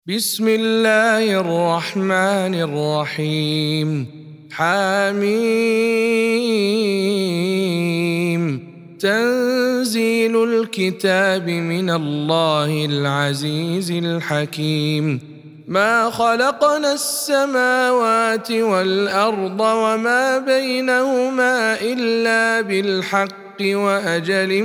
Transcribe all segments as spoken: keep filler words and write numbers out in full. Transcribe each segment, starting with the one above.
بسم الله الرحمن الرحيم حميم تنزيل الكتاب من الله العزيز الحكيم ما خلقنا السماوات والأرض وما بينهما إلا بالحق وأجل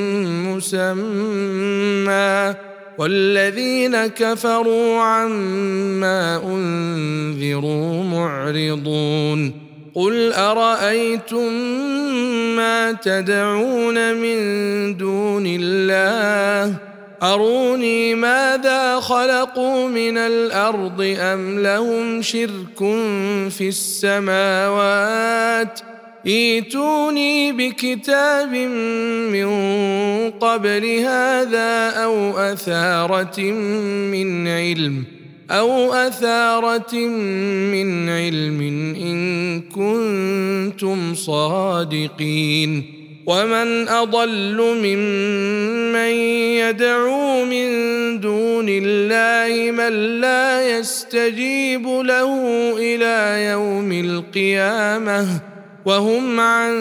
مسمى والذين كفروا عما أنذروا معرضون قل أرأيتم ما تدعون من دون الله أروني ماذا خلقوا من الأرض أم لهم شرك في السماوات ائتوني بكتاب من قبل هذا أو أثارة من علم أو أثارة من علم إن كنتم صادقين ومن أضل ممن يدعو من دون الله من لا يستجيب له إلى يوم القيامة وهم عن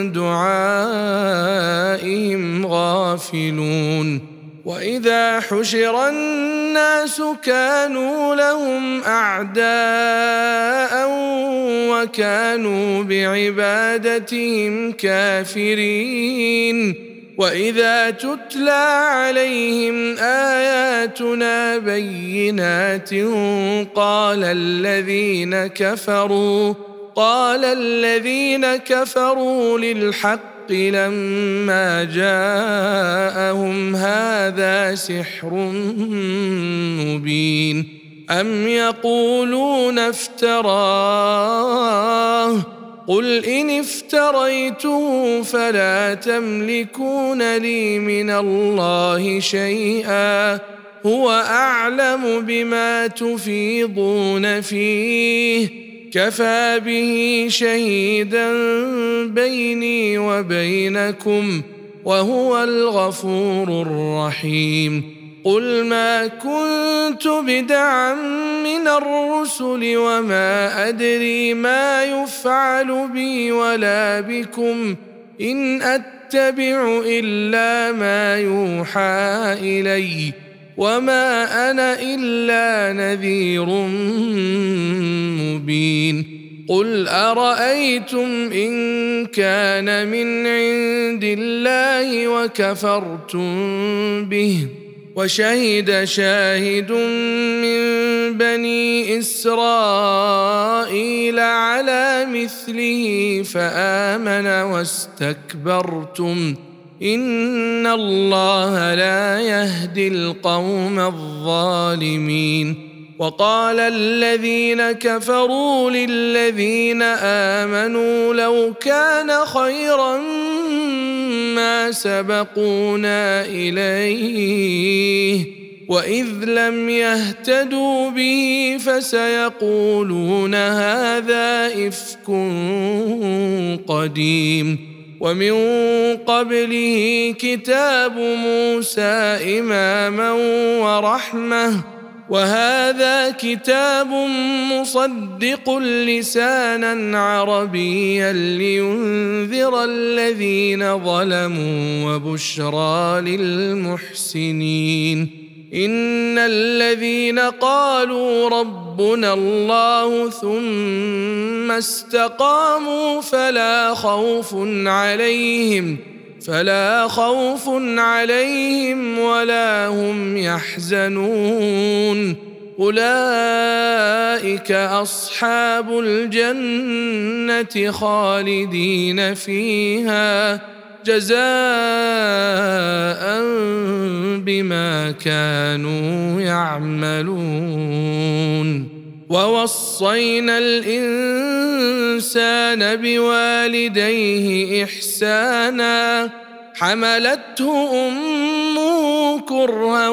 دعائهم غافلون وإذا حشر الناس كانوا لهم أعداء وكانوا بعبادتهم كافرين وإذا تتلى عليهم آياتنا بينات قال الذين كفروا قال الذين كفروا للحق لما جاءهم هذا سحر مبين أم يقولون افتراه قل إن افتريته فلا تملكون لي من الله شيئا هو أعلم بما تفيضون فيه كفى به شهيدا بيني وبينكم وهو الغفور الرحيم قل ما كنت بدعا من الرسل وما أدري ما يفعل بي ولا بكم إن أتبع إلا ما يوحى إلي وما أنا إلا نذير مبين قل أرأيتم إن كان من عند الله وكفرتم به وشهد شاهد من بني إسرائيل على مثله فآمن واستكبرتم إن الله لا يهدي القوم الظالمين وقال الذين كفروا للذين آمنوا لو كان خيرا ما سبقونا إليه وإذ لم يهتدوا به فسيقولون هذا إفك قديم ومن قبله كتاب موسى إماما ورحمة وهذا كتاب مصدق لسانا عربيا لينذر الذين ظلموا وبشرى للمحسنين إن الذين قالوا ربنا الله ثم استقاموا فلا خوف عليهم فلا خوف عليهم ولا هم يحزنون أولئك أصحاب الجنة خالدين فيها جزاء بما كانوا يعملون ووصينا الإنسان بوالديه إحسانا حملته أمه كرها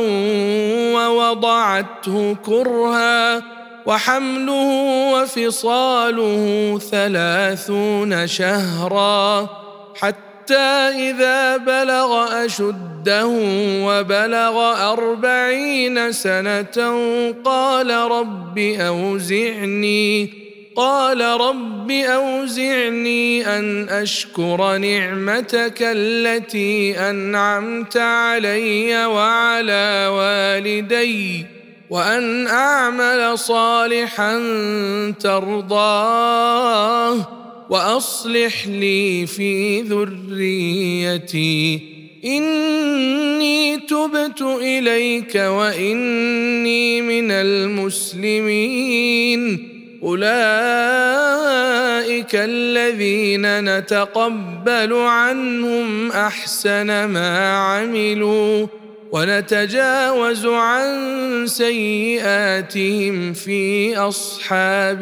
ووضعته كرها وحمله وفصاله ثلاثون شهرا حتى إذا بلغ أشده وبلغ أربعين سنة قال رب أوزعني قال رب أوزعني أن أشكر نعمتك التي أنعمت علي وعلى والدي وأن أعمل صالحا ترضاه وأصلح لي في ذريتي إني تبت إليك وإني من المسلمين أولئك الذين نتقبل عنهم أحسن ما عملوا ونتجاوز عن سيئاتهم في أصحاب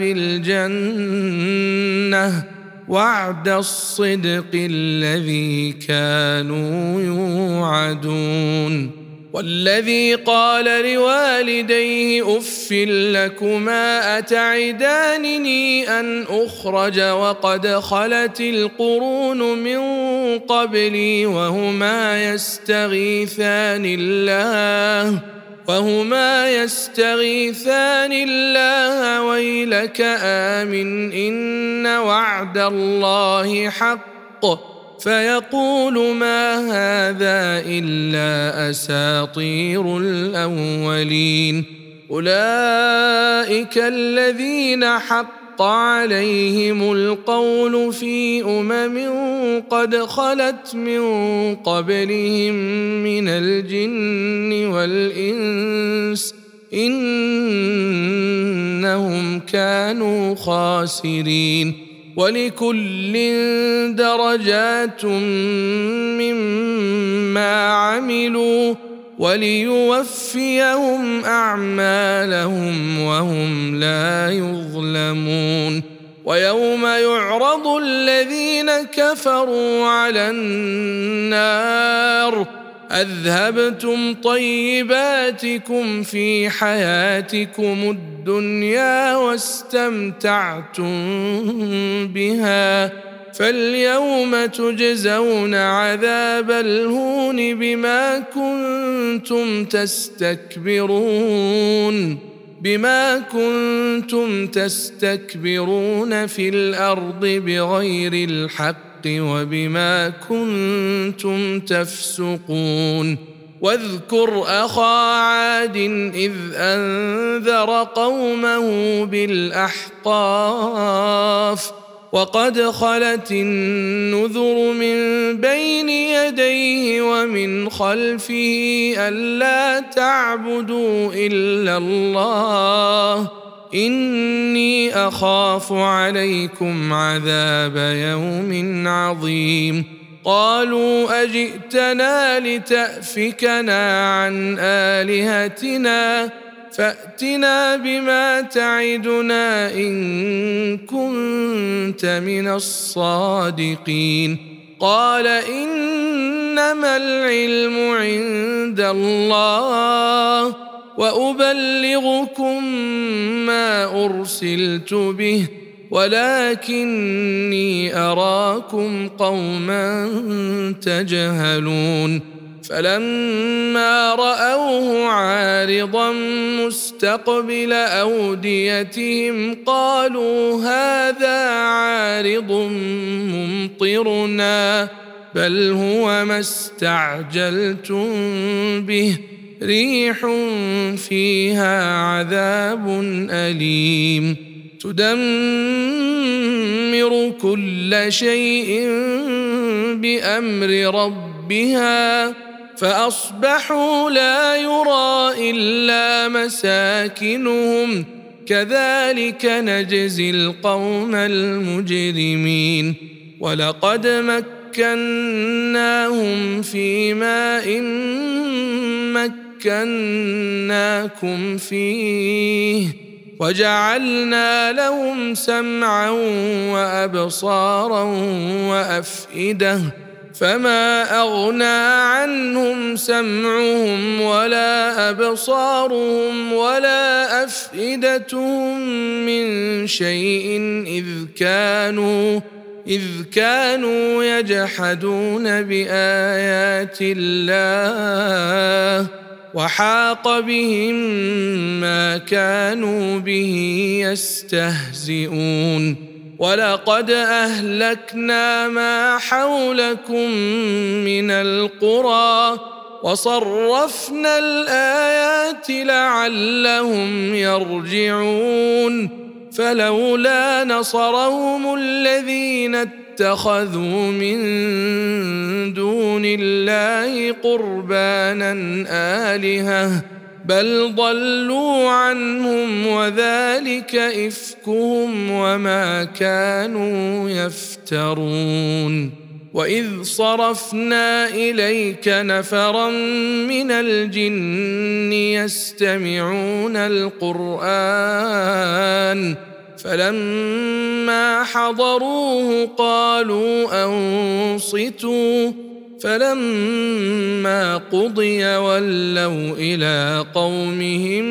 الجنة وعد الصدق الذي كانوا يوعدون والذي قال لوالديه أف لكما أتعدانني أن أخرج وقد خلت القرون من قبلي وهما يستغيثان الله وهما يستغيثان الله ويلك آمن إن وعد الله حق فيقول ما هذا إلا أساطير الأولين أولئك الذين حق عليهم القول في أمم قد خلت من قبلهم من الجن والإنس إنهم كانوا خاسرين ولكل درجات مما عملوا وليوفيهم أعمالهم وهم لا يظلمون ويوم يعرض الذين كفروا على النار أذهبتم طيباتكم في حياتكم الدنيا واستمتعتم بها فاليوم تجزون عذاب الهون بما كنتم تستكبرون بما كنتم تستكبرون في الأرض بغير الحق وبما كنتم تفسقون واذكر أخا عاد إذ أنذر قومه بالأحقاف وقد خلت النذر من بين يديه ومن خلفه ألا تعبدوا إلا الله إني أخاف عليكم عذاب يوم عظيم قالوا أجئتنا لتأفكنا عن آلهتنا فأتنا بما تعدنا إن كنت من الصادقين قال إنما العلم عند الله وأبلغكم ما أرسلت به ولكني أراكم قوما تجهلون فلما رأوه عارضا مستقبل أوديتهم قالوا هذا عارض ممطرنا بل هو ما استعجلتم به ريح فيها عذاب أليم تدمر كل شيء بأمر ربها فأصبحوا لا يرى إلا مساكنهم كذلك نجزي القوم المجرمين ولقد مكناهم في ماء مكناكم فيه وجعلنا لهم سمعا وأبصارا وأفئدة فما أغنى عنهم سمعهم ولا أبصارهم ولا أفئدتهم من شيء إذ كانوا إذ كانوا يجحدون بآيات الله وحاق بهم ما كانوا به يستهزئون ولقد أهلكنا ما حولكم من القرى وصرفنا الآيات لعلهم يرجعون فلولا نصرهم الذين اتخذوا من دون الله قربانا آلهة بل ضلوا عنهم وذلك إفكهم وما كانوا يفترون وإذ صرفنا إليك نفرا من الجن يستمعون القرآن فلما حضروه قالوا أنصتوا فلما قضي ولوا إلى قومهم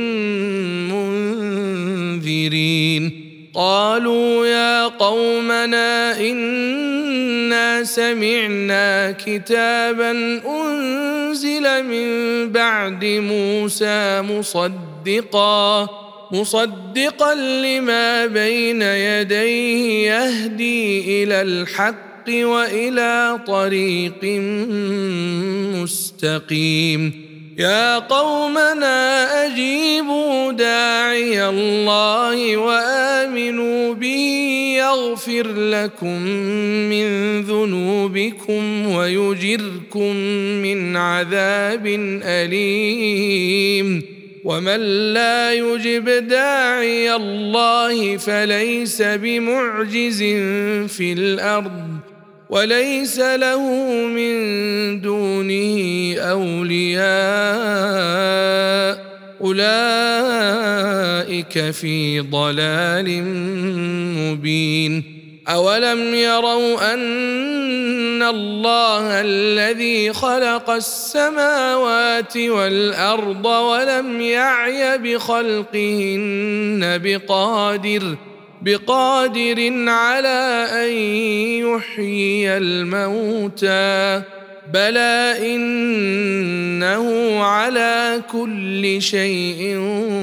منذرين قالوا يا قومنا إنا سمعنا كتابا أنزل من بعد موسى مصدقا مصدقا لما بين يديه يهدي إلى الحق وإلى طريق مستقيم يا قومنا أجيبوا داعي الله وآمنوا به يغفر لكم من ذنوبكم ويجركم من عذاب أليم ومن لا يجب داعي الله فليس بمعجز في الأرض وليس له من دونه أولياء أولئك في ضلال مبين أولم يروا أن الله الذي خلق السماوات والأرض ولم يعي بخلقهن بقادر بقادر على أن يحيي الموتى بلى إنه على كل شيء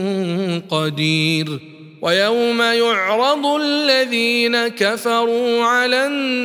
قدير ويوم يعرض الذين كفروا على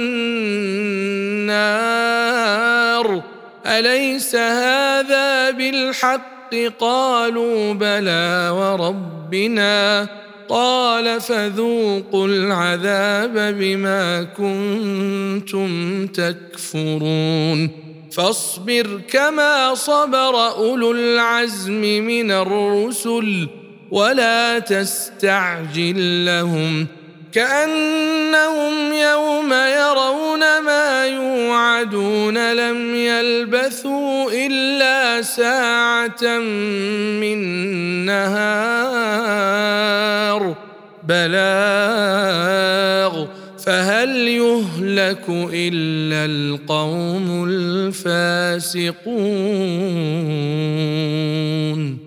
النار أليس هذا بالحق قالوا بلى وربنا قال فذوقوا العذاب بما كنتم تكفرون فاصبر كما صبر أولو العزم من الرسل ولا تستعجل لهم كأنهم يوم يرون ما يوعدون لم يلبثوا إلا ساعة من نهار بلاغ فهل يهلك إلا القوم الفاسقون